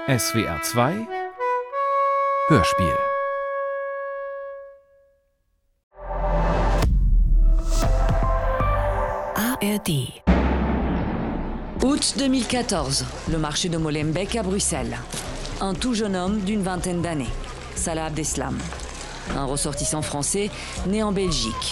SWR 2 Hörspiel. ARD. Août 2014, le marché de Molenbeek à Bruxelles. Un tout jeune homme d'une vingtaine d'années, Salah Abdeslam. Un ressortissant français né en Belgique.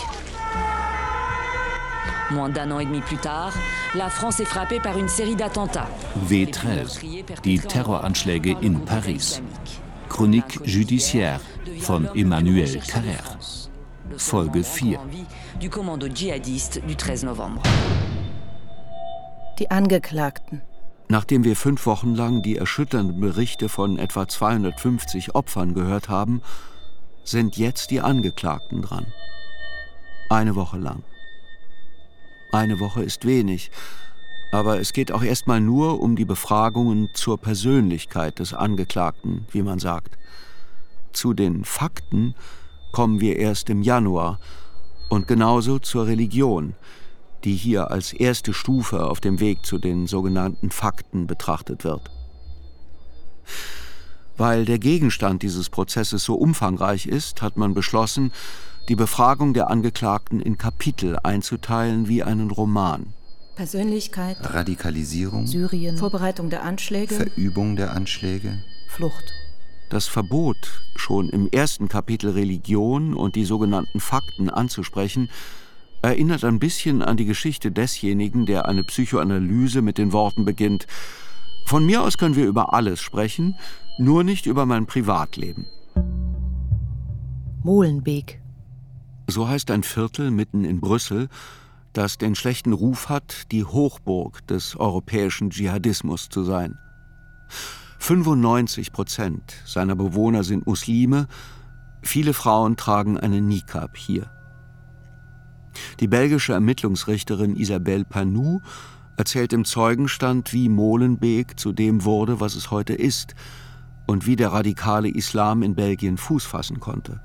Moins d'un an et demi plus tard, la France est frappée par une série d'attentats. W13, die Terroranschläge in Paris. Chronique judiciaire von Emmanuel Carrère. Folge 4. Du commando dschihadiste du 13 Novembre. Die Angeklagten. Nachdem wir 5 Wochen lang die erschütternden Berichte von etwa 250 Opfern gehört haben, sind jetzt die Angeklagten dran. 1 Woche lang. 1 Woche ist wenig, aber es geht auch erstmal nur um die Befragungen zur Persönlichkeit des Angeklagten, wie man sagt. Zu den Fakten kommen wir erst im Januar und genauso zur Religion, die hier als erste Stufe auf dem Weg zu den sogenannten Fakten betrachtet wird. Weil der Gegenstand dieses Prozesses so umfangreich ist, hat man beschlossen, die Befragung der Angeklagten in Kapitel einzuteilen wie einen Roman. Persönlichkeit, Radikalisierung, Syrien, Vorbereitung der Anschläge, Verübung der Anschläge, Flucht. Das Verbot, schon im ersten Kapitel Religion und die sogenannten Fakten anzusprechen, erinnert ein bisschen an die Geschichte desjenigen, der eine Psychoanalyse mit den Worten beginnt: Von mir aus können wir über alles sprechen, nur nicht über mein Privatleben. Molenbeek. So heißt ein Viertel mitten in Brüssel, das den schlechten Ruf hat, die Hochburg des europäischen Dschihadismus zu sein. 95% seiner Bewohner sind Muslime, viele Frauen tragen einen Niqab hier. Die belgische Ermittlungsrichterin Isabelle Panou erzählt im Zeugenstand, wie Molenbeek zu dem wurde, was es heute ist, und wie der radikale Islam in Belgien Fuß fassen konnte.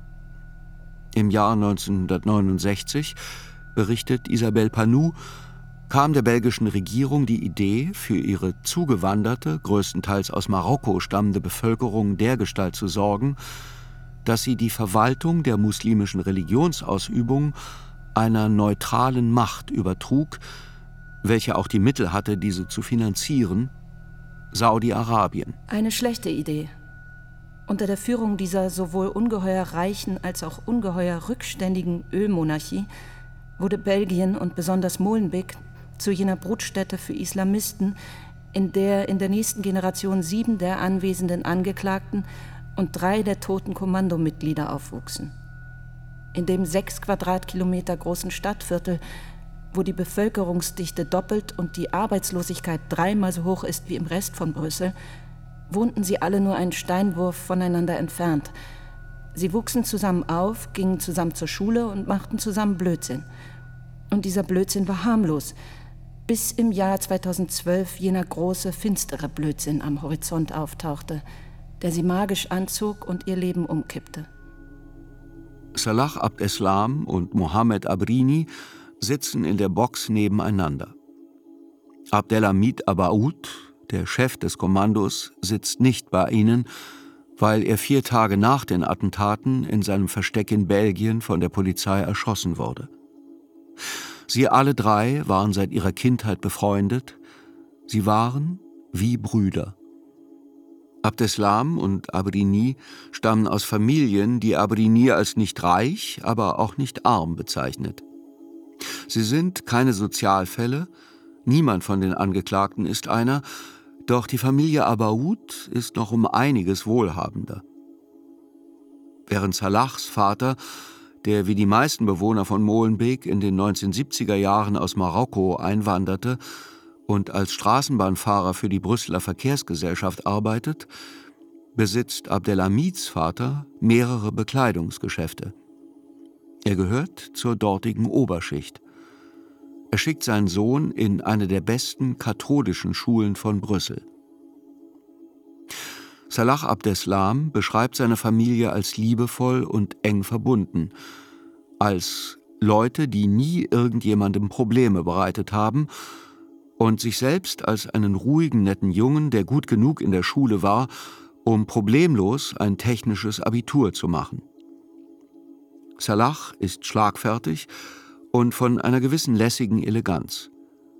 Im Jahr 1969, berichtet Isabelle Panou, kam der belgischen Regierung die Idee, für ihre zugewanderte, größtenteils aus Marokko stammende Bevölkerung dergestalt zu sorgen, dass sie die Verwaltung der muslimischen Religionsausübung einer neutralen Macht übertrug, welche auch die Mittel hatte, diese zu finanzieren: Saudi-Arabien. Eine schlechte Idee. Unter der Führung dieser sowohl ungeheuer reichen als auch ungeheuer rückständigen Ölmonarchie wurde Belgien und besonders Molenbeek zu jener Brutstätte für Islamisten, in der in der nächsten Generation 7 der anwesenden Angeklagten und 3 der toten Kommandomitglieder aufwuchsen. In dem 6 Quadratkilometer großen Stadtviertel, wo die Bevölkerungsdichte doppelt und die Arbeitslosigkeit 3-mal so hoch ist wie im Rest von Brüssel, wohnten sie alle nur einen Steinwurf voneinander entfernt. Sie wuchsen zusammen auf, gingen zusammen zur Schule und machten zusammen Blödsinn. Und dieser Blödsinn war harmlos, bis im Jahr 2012 jener große, finstere Blödsinn am Horizont auftauchte, der sie magisch anzog und ihr Leben umkippte. Salah Abdeslam und Mohamed Abrini sitzen in der Box nebeneinander. Abdelhamid Abaoud, der Chef des Kommandos, sitzt nicht bei ihnen, weil er 4 Tage nach den Attentaten in seinem Versteck in Belgien von der Polizei erschossen wurde. Sie alle 3 waren seit ihrer Kindheit befreundet. Sie waren wie Brüder. Abdeslam und Abrini stammen aus Familien, die Abrini als nicht reich, aber auch nicht arm bezeichnet. Sie sind keine Sozialfälle, niemand von den Angeklagten ist einer, doch die Familie Abaoud ist noch um einiges wohlhabender. Während Salahs Vater, der wie die meisten Bewohner von Molenbeek in den 1970er Jahren aus Marokko einwanderte und als Straßenbahnfahrer für die Brüsseler Verkehrsgesellschaft arbeitet, besitzt Abdelhamids Vater mehrere Bekleidungsgeschäfte. Er gehört zur dortigen Oberschicht. Er schickt seinen Sohn in eine der besten katholischen Schulen von Brüssel. Salah Abdeslam beschreibt seine Familie als liebevoll und eng verbunden, als Leute, die nie irgendjemandem Probleme bereitet haben und sich selbst als einen ruhigen, netten Jungen, der gut genug in der Schule war, um problemlos ein technisches Abitur zu machen. Salah ist schlagfertig und von einer gewissen lässigen Eleganz.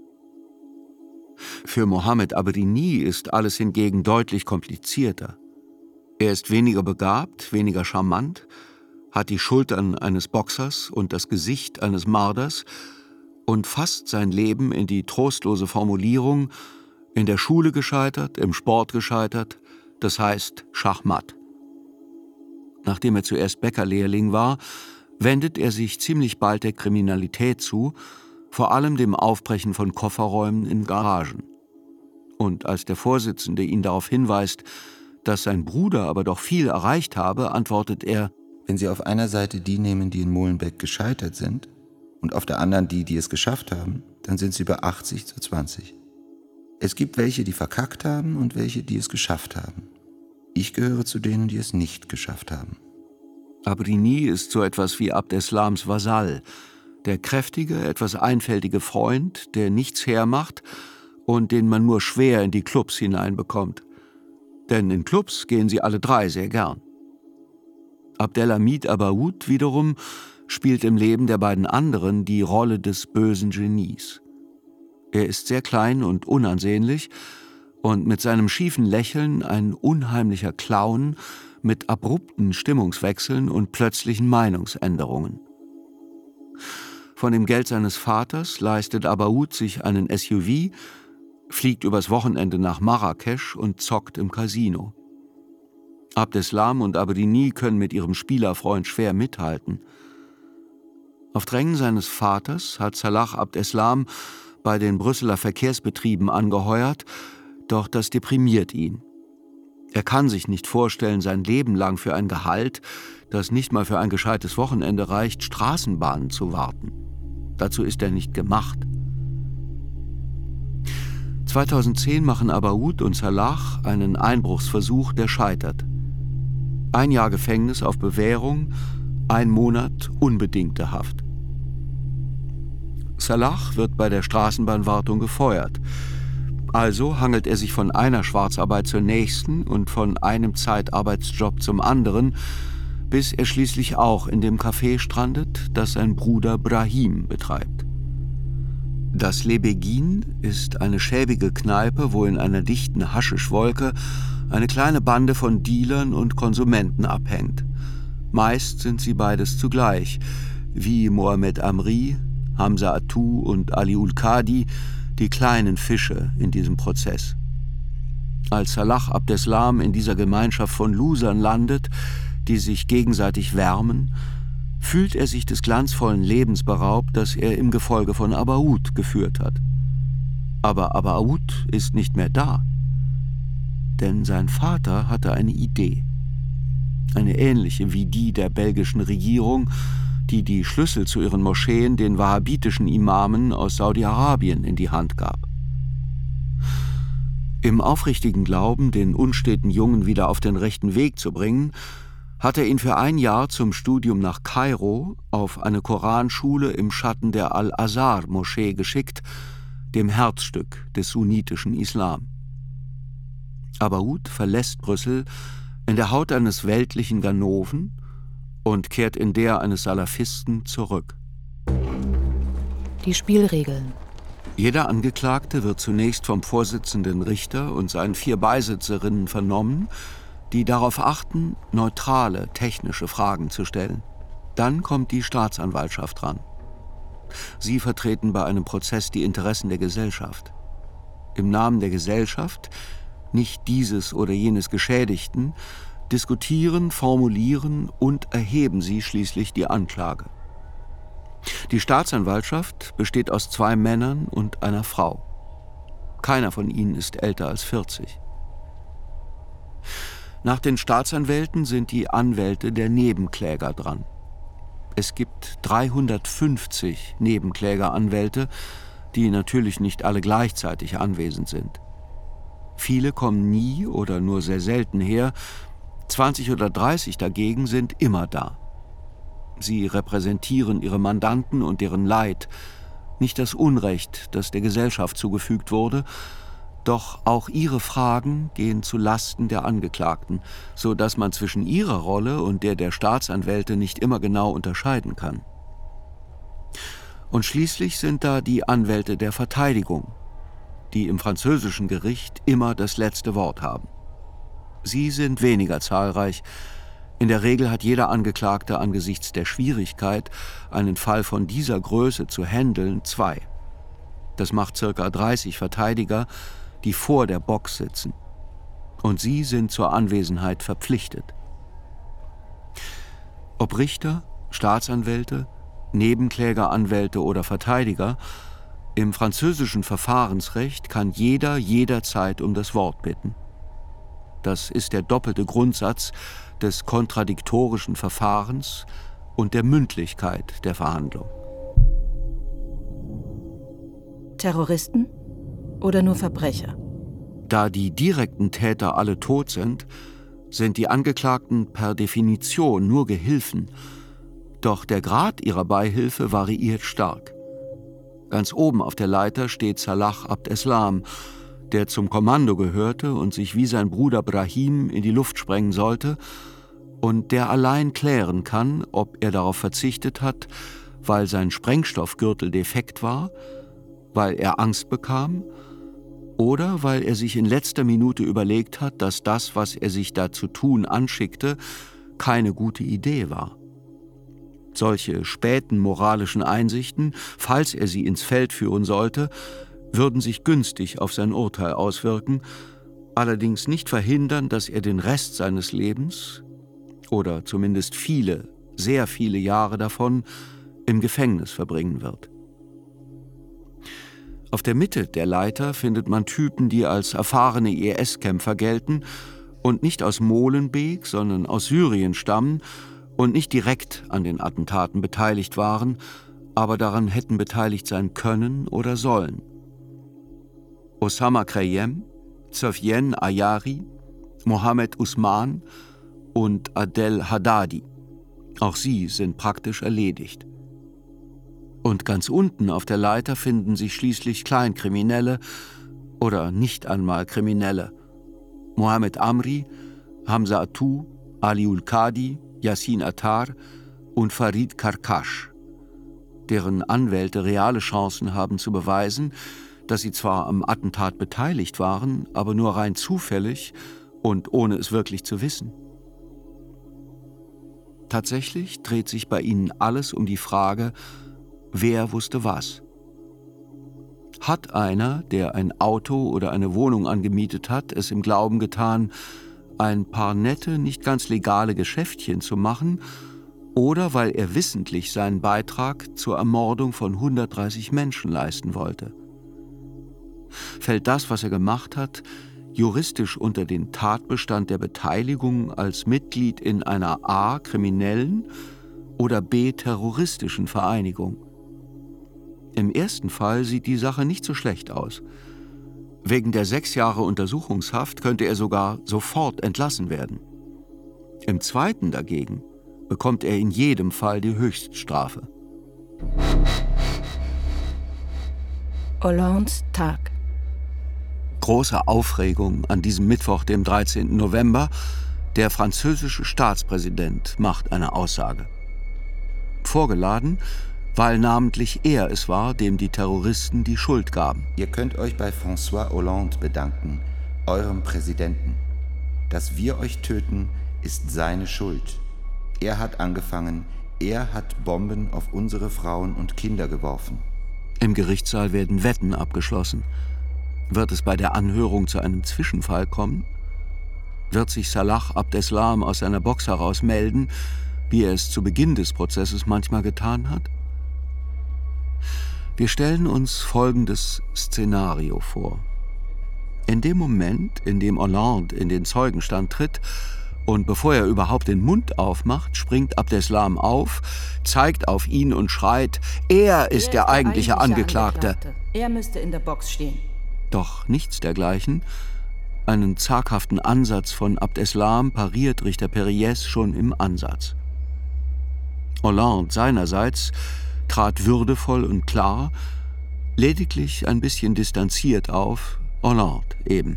Für Mohammed Abrini ist alles hingegen deutlich komplizierter. Er ist weniger begabt, weniger charmant, hat die Schultern eines Boxers und das Gesicht eines Marders und fasst sein Leben in die trostlose Formulierung: in der Schule gescheitert, im Sport gescheitert, das heißt Schachmatt. Nachdem er zuerst Bäckerlehrling war, wendet er sich ziemlich bald der Kriminalität zu, vor allem dem Aufbrechen von Kofferräumen in Garagen. Und als der Vorsitzende ihn darauf hinweist, dass sein Bruder aber doch viel erreicht habe, antwortet er: Wenn Sie auf einer Seite die nehmen, die in Molenbeek gescheitert sind, und auf der anderen die, die es geschafft haben, dann sind Sie bei 80:20. Es gibt welche, die verkackt haben und welche, die es geschafft haben. Ich gehöre zu denen, die es nicht geschafft haben. Abrini ist so etwas wie Abdeslams Vasall, der kräftige, etwas einfältige Freund, der nichts hermacht und den man nur schwer in die Clubs hineinbekommt. Denn in Clubs gehen sie alle drei sehr gern. Abdelhamid Abaoud wiederum spielt im Leben der beiden anderen die Rolle des bösen Genies. Er ist sehr klein und unansehnlich und mit seinem schiefen Lächeln ein unheimlicher Clown mit abrupten Stimmungswechseln und plötzlichen Meinungsänderungen. Von dem Geld seines Vaters leistet Abaoud sich einen SUV, fliegt übers Wochenende nach Marrakesch und zockt im Casino. Abdeslam und Abrini können mit ihrem Spielerfreund schwer mithalten. Auf Drängen seines Vaters hat Salah Abdeslam bei den Brüsseler Verkehrsbetrieben angeheuert, doch das deprimiert ihn. Er kann sich nicht vorstellen, sein Leben lang für ein Gehalt, das nicht mal für ein gescheites Wochenende reicht, Straßenbahnen zu warten. Dazu ist er nicht gemacht. 2010 machen Abaoud und Salah einen Einbruchsversuch, der scheitert. 1 Jahr Gefängnis auf Bewährung, 1 Monat unbedingte Haft. Salah wird bei der Straßenbahnwartung gefeuert. Also hangelt er sich von einer Schwarzarbeit zur nächsten und von einem Zeitarbeitsjob zum anderen, bis er schließlich auch in dem Café strandet, das sein Bruder Brahim betreibt. Das Le Begin ist eine schäbige Kneipe, wo in einer dichten Haschischwolke eine kleine Bande von Dealern und Konsumenten abhängt. Meist sind sie beides zugleich, wie Mohamed Amri, Hamza Atou und Ali Ul-Qadi, die kleinen Fische in diesem Prozess. Als Salah Abdeslam in dieser Gemeinschaft von Losern landet, die sich gegenseitig wärmen, fühlt er sich des glanzvollen Lebens beraubt, das er im Gefolge von Abaoud geführt hat. Aber Abaoud ist nicht mehr da. Denn sein Vater hatte eine Idee. Eine ähnliche wie die der belgischen Regierung, die die Schlüssel zu ihren Moscheen den wahhabitischen Imamen aus Saudi-Arabien in die Hand gab. Im aufrichtigen Glauben, den unsteten Jungen wieder auf den rechten Weg zu bringen, hat er ihn für 1 Jahr zum Studium nach Kairo auf eine Koranschule im Schatten der Al-Azhar-Moschee geschickt, dem Herzstück des sunnitischen Islam. Abaoud verlässt Brüssel in der Haut eines weltlichen Ganoven und kehrt in der eines Salafisten zurück. Die Spielregeln. Jeder Angeklagte wird zunächst vom Vorsitzenden Richter und seinen 4 Beisitzerinnen vernommen, die darauf achten, neutrale, technische Fragen zu stellen. Dann kommt die Staatsanwaltschaft dran. Sie vertreten bei einem Prozess die Interessen der Gesellschaft. Im Namen der Gesellschaft, nicht dieses oder jenes Geschädigten, diskutieren, formulieren und erheben sie schließlich die Anklage. Die Staatsanwaltschaft besteht aus 2 Männern und einer Frau. Keiner von ihnen ist älter als 40. Nach den Staatsanwälten sind die Anwälte der Nebenkläger dran. Es gibt 350 Nebenklägeranwälte, die natürlich nicht alle gleichzeitig anwesend sind. Viele kommen nie oder nur sehr selten her, 20 oder 30 dagegen sind immer da. Sie repräsentieren ihre Mandanten und deren Leid, nicht das Unrecht, das der Gesellschaft zugefügt wurde, doch auch ihre Fragen gehen zu Lasten der Angeklagten, so dass man zwischen ihrer Rolle und der Staatsanwälte nicht immer genau unterscheiden kann. Und schließlich sind da die Anwälte der Verteidigung, die im französischen Gericht immer das letzte Wort haben. Sie sind weniger zahlreich. In der Regel hat jeder Angeklagte angesichts der Schwierigkeit, einen Fall von dieser Größe zu handeln, 2. Das macht ca. 30 Verteidiger, die vor der Box sitzen. Und sie sind zur Anwesenheit verpflichtet. Ob Richter, Staatsanwälte, Nebenklägeranwälte oder Verteidiger, im französischen Verfahrensrecht kann jeder jederzeit um das Wort bitten. Das ist der doppelte Grundsatz des kontradiktorischen Verfahrens und der Mündlichkeit der Verhandlung. Terroristen oder nur Verbrecher? Da die direkten Täter alle tot sind die Angeklagten per Definition nur Gehilfen. Doch der Grad ihrer Beihilfe variiert stark. Ganz oben auf der Leiter steht Salah Abdeslam, der zum Kommando gehörte und sich wie sein Bruder Brahim in die Luft sprengen sollte und der allein klären kann, ob er darauf verzichtet hat, weil sein Sprengstoffgürtel defekt war, weil er Angst bekam oder weil er sich in letzter Minute überlegt hat, dass das, was er sich da zu tun anschickte, keine gute Idee war. Solche späten moralischen Einsichten, falls er sie ins Feld führen sollte, würden sich günstig auf sein Urteil auswirken, allerdings nicht verhindern, dass er den Rest seines Lebens, oder zumindest viele, sehr viele Jahre davon, im Gefängnis verbringen wird. Auf der Mitte der Leiter findet man Typen, die als erfahrene IS-Kämpfer gelten und nicht aus Molenbeek, sondern aus Syrien stammen und nicht direkt an den Attentaten beteiligt waren, aber daran hätten beteiligt sein können oder sollen. Osama Krayem, Sofiane Ayari, Mohammed Usman und Adel Haddadi. Auch sie sind praktisch erledigt. Und ganz unten auf der Leiter finden sich schließlich Kleinkriminelle oder nicht einmal Kriminelle. Mohammed Amri, Hamza Atou, Aliul Qadi, Yassin Attar und Farid Karkash, deren Anwälte reale Chancen haben zu beweisen, dass sie zwar am Attentat beteiligt waren, aber nur rein zufällig und ohne es wirklich zu wissen. Tatsächlich dreht sich bei ihnen alles um die Frage, wer wusste was? Hat einer, der ein Auto oder eine Wohnung angemietet hat, es im Glauben getan, ein paar nette, nicht ganz legale Geschäftchen zu machen, oder weil er wissentlich seinen Beitrag zur Ermordung von 130 Menschen leisten wollte? Fällt das, was er gemacht hat, juristisch unter den Tatbestand der Beteiligung als Mitglied in einer a. kriminellen oder b. terroristischen Vereinigung? Im ersten Fall sieht die Sache nicht so schlecht aus. Wegen der 6 Jahre Untersuchungshaft könnte er sogar sofort entlassen werden. Im zweiten dagegen bekommt er in jedem Fall die Höchststrafe. Hollandes Tag. Große Aufregung an diesem Mittwoch, dem 13. November. Der französische Staatspräsident macht eine Aussage. Vorgeladen, weil namentlich er es war, dem die Terroristen die Schuld gaben. Ihr könnt euch bei François Hollande bedanken, eurem Präsidenten. Dass wir euch töten, ist seine Schuld. Er hat angefangen, er hat Bomben auf unsere Frauen und Kinder geworfen. Im Gerichtssaal werden Wetten abgeschlossen. Wird es bei der Anhörung zu einem Zwischenfall kommen? Wird sich Salah Abdeslam aus seiner Box heraus melden, wie er es zu Beginn des Prozesses manchmal getan hat? Wir stellen uns folgendes Szenario vor. In dem Moment, in dem Hollande in den Zeugenstand tritt und bevor er überhaupt den Mund aufmacht, springt Abdeslam auf, zeigt auf ihn und schreit, er ist der eigentliche Angeklagte. Er müsste in der Box stehen. Doch nichts dergleichen. Einen zaghaften Ansatz von Abdeslam pariert Richter Periès schon im Ansatz. Hollande seinerseits trat würdevoll und klar, lediglich ein bisschen distanziert auf Hollande eben.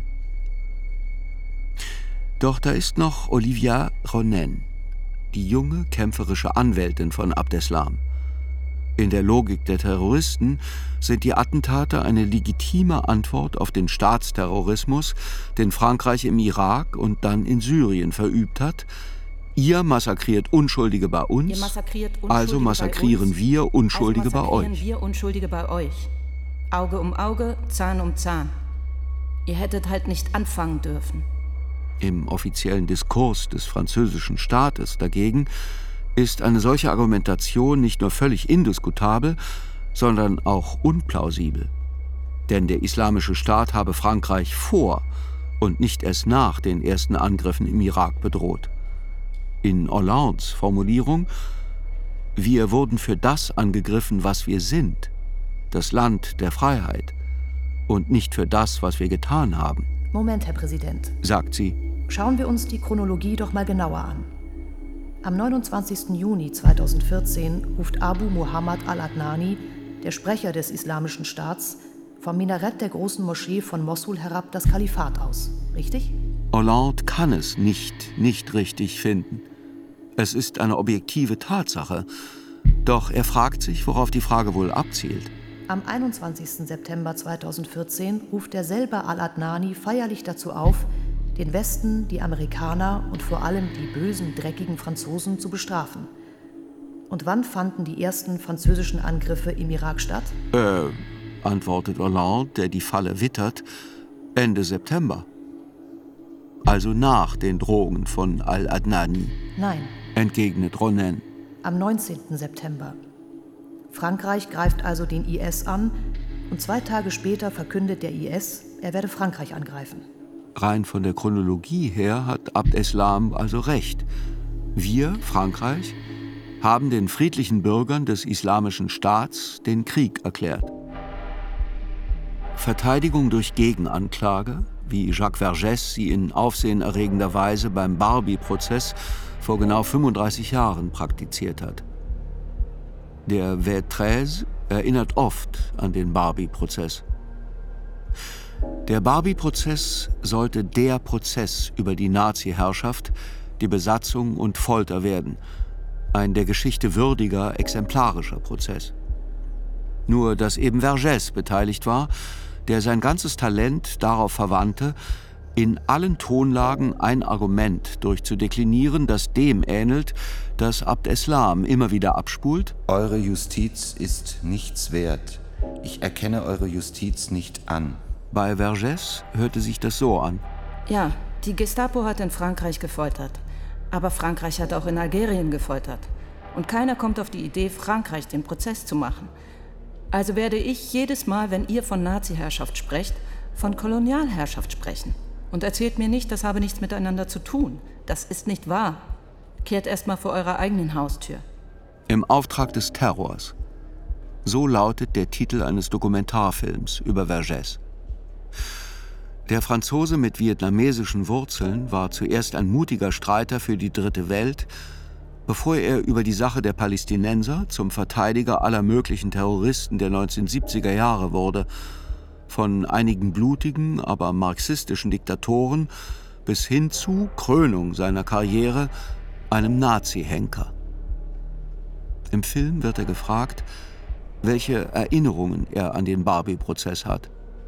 Doch da ist noch Olivia Ronen, die junge, kämpferische Anwältin von Abdeslam. In der Logik der Terroristen sind die Attentate eine legitime Antwort auf den Staatsterrorismus, den Frankreich im Irak und dann in Syrien verübt hat. Ihr massakriert Unschuldige bei uns, also massakrieren wir Unschuldige bei euch. Auge um Auge, Zahn um Zahn. Ihr hättet halt nicht anfangen dürfen. Im offiziellen Diskurs des französischen Staates dagegen ist eine solche Argumentation nicht nur völlig indiskutabel, sondern auch unplausibel. Denn der Islamische Staat habe Frankreich vor und nicht erst nach den ersten Angriffen im Irak bedroht. In Hollandes Formulierung: Wir wurden für das angegriffen, was wir sind, das Land der Freiheit, und nicht für das, was wir getan haben. Moment, Herr Präsident, sagt sie. Schauen wir uns die Chronologie doch mal genauer an. Am 29. Juni 2014 ruft Abu Muhammad al-Adnani, der Sprecher des Islamischen Staats, vom Minarett der großen Moschee von Mossul herab das Kalifat aus. Richtig? Hollande kann es nicht richtig finden. Es ist eine objektive Tatsache. Doch er fragt sich, worauf die Frage wohl abzielt. Am 21. September 2014 ruft derselbe al-Adnani feierlich dazu auf, den Westen, die Amerikaner und vor allem die bösen, dreckigen Franzosen zu bestrafen. Und wann fanden die ersten französischen Angriffe im Irak statt? Antwortet Hollande, der die Falle wittert, Ende September. Also nach den Drohungen von al-Adnani. Nein, entgegnet Ronen. Am 19. September. Frankreich greift also den IS an und 2 Tage später verkündet der IS, er werde Frankreich angreifen. Rein von der Chronologie her hat Abdeslam also recht. Wir, Frankreich, haben den friedlichen Bürgern des Islamischen Staats den Krieg erklärt. Verteidigung durch Gegenanklage, wie Jacques Vergès sie in aufsehenerregender Weise beim Barbie-Prozess vor genau 35 Jahren praktiziert hat. Der V13 erinnert oft an den Barbie-Prozess. Der Barbie-Prozess sollte der Prozess über die Nazi-Herrschaft, die Besatzung und Folter werden. Ein der Geschichte würdiger, exemplarischer Prozess. Nur, dass eben Vergès beteiligt war, der sein ganzes Talent darauf verwandte, in allen Tonlagen ein Argument durchzudeklinieren, das dem ähnelt, das Abdeslam immer wieder abspult. Eure Justiz ist nichts wert. Ich erkenne eure Justiz nicht an. Bei Vergès hörte sich das so an. Ja, die Gestapo hat in Frankreich gefoltert. Aber Frankreich hat auch in Algerien gefoltert. Und keiner kommt auf die Idee, Frankreich den Prozess zu machen. Also werde ich jedes Mal, wenn ihr von Nazi-Herrschaft sprecht, von Kolonialherrschaft sprechen. Und erzählt mir nicht, das habe nichts miteinander zu tun. Das ist nicht wahr. Kehrt erst mal vor eurer eigenen Haustür. Im Auftrag des Terrors. So lautet der Titel eines Dokumentarfilms über Vergès. Der Franzose mit vietnamesischen Wurzeln war zuerst ein mutiger Streiter für die Dritte Welt, bevor er über die Sache der Palästinenser zum Verteidiger aller möglichen Terroristen der 1970er Jahre wurde, von einigen blutigen, aber marxistischen Diktatoren bis hin zu Krönung seiner Karriere, einem Nazi-Henker. Im Film wird er gefragt, welche Erinnerungen er an den Barbie-Prozess hat.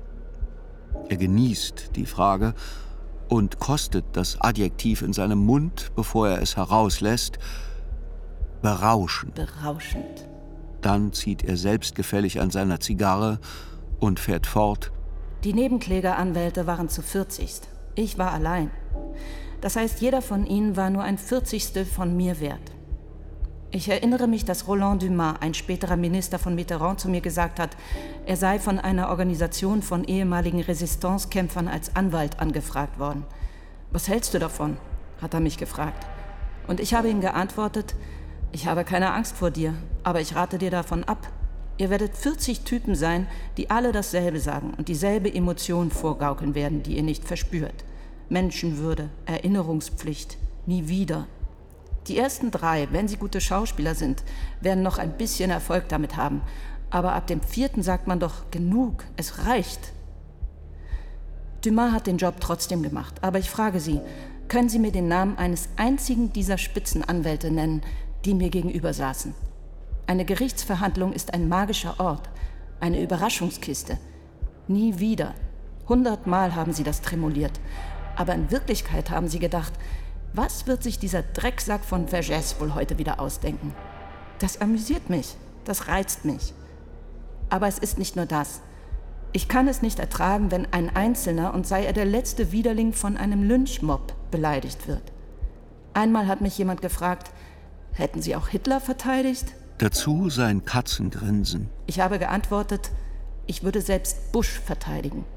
Er genießt die Frage und kostet das Adjektiv in seinem Mund, bevor er es herauslässt: berauschend. Berauschend. Dann zieht er selbstgefällig an seiner Zigarre und fährt fort. Die Nebenklägeranwälte waren zu 40. Ich war allein. Das heißt, jeder von ihnen war nur ein 40. von mir wert. Ich erinnere mich, dass Roland Dumas, ein späterer Minister von Mitterrand, zu mir gesagt hat, er sei von einer Organisation von ehemaligen Resistance-Kämpfern als Anwalt angefragt worden. Was hältst du davon? Hat er mich gefragt. Und ich habe ihm geantwortet, ich habe keine Angst vor dir, aber ich rate dir davon ab. Ihr werdet 40 Typen sein, die alle dasselbe sagen und dieselbe Emotion vorgaukeln werden, die ihr nicht verspürt. Menschenwürde, Erinnerungspflicht, nie wieder. Die ersten 3, wenn sie gute Schauspieler sind, werden noch ein bisschen Erfolg damit haben. Aber ab dem 4. sagt man doch, genug, es reicht. Dumas hat den Job trotzdem gemacht. Aber ich frage Sie, können Sie mir den Namen eines einzigen dieser Spitzenanwälte nennen, die mir gegenüber saßen? Eine Gerichtsverhandlung ist ein magischer Ort, eine Überraschungskiste. Nie wieder. 100-mal haben Sie das tremoliert. Aber in Wirklichkeit haben Sie gedacht, was wird sich dieser Drecksack von Vergès wohl heute wieder ausdenken? Das amüsiert mich, das reizt mich. Aber es ist nicht nur das. Ich kann es nicht ertragen, wenn ein Einzelner, und sei er der letzte Widerling, von einem Lynchmob beleidigt wird. Einmal hat mich jemand gefragt, hätten Sie auch Hitler verteidigt? Dazu sein Katzengrinsen. Ich habe geantwortet, ich würde selbst Bush verteidigen.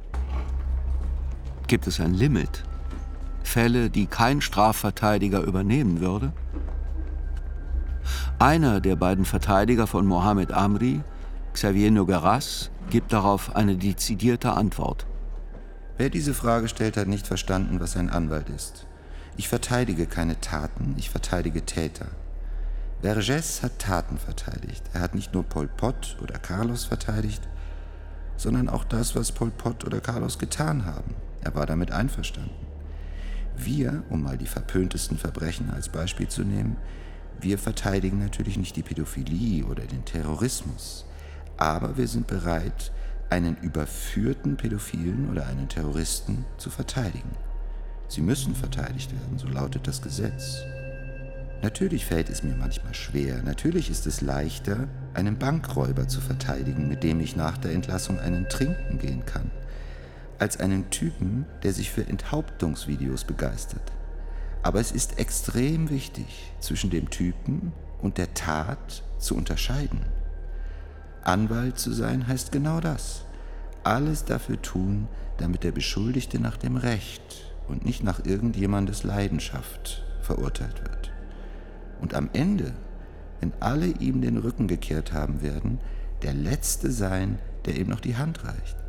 Gibt es ein Limit? Fälle, die kein Strafverteidiger übernehmen würde? Einer der beiden Verteidiger von Mohamed Amri, Xavier Nogueras, gibt darauf eine dezidierte Antwort. Wer diese Frage stellt, hat nicht verstanden, was ein Anwalt ist. Ich verteidige keine Taten, ich verteidige Täter. Vergès hat Taten verteidigt. Er hat nicht nur Pol Pot oder Carlos verteidigt, sondern auch das, was Pol Pot oder Carlos getan haben. Er war damit einverstanden. Wir, um mal die verpöntesten Verbrechen als Beispiel zu nehmen, wir verteidigen natürlich nicht die Pädophilie oder den Terrorismus. Aber wir sind bereit, einen überführten Pädophilen oder einen Terroristen zu verteidigen. Sie müssen verteidigt werden, so lautet das Gesetz. Natürlich fällt es mir manchmal schwer, natürlich ist es leichter, einen Bankräuber zu verteidigen, mit dem ich nach der Entlassung einen trinken gehen kann, als einen Typen, der sich für Enthauptungsvideos begeistert. Aber es ist extrem wichtig, zwischen dem Typen und der Tat zu unterscheiden. Anwalt zu sein heißt genau das. Alles dafür tun, damit der Beschuldigte nach dem Recht und nicht nach irgendjemandes Leidenschaft verurteilt wird. Und am Ende, wenn alle ihm den Rücken gekehrt haben werden, der Letzte sein, der ihm noch die Hand reicht.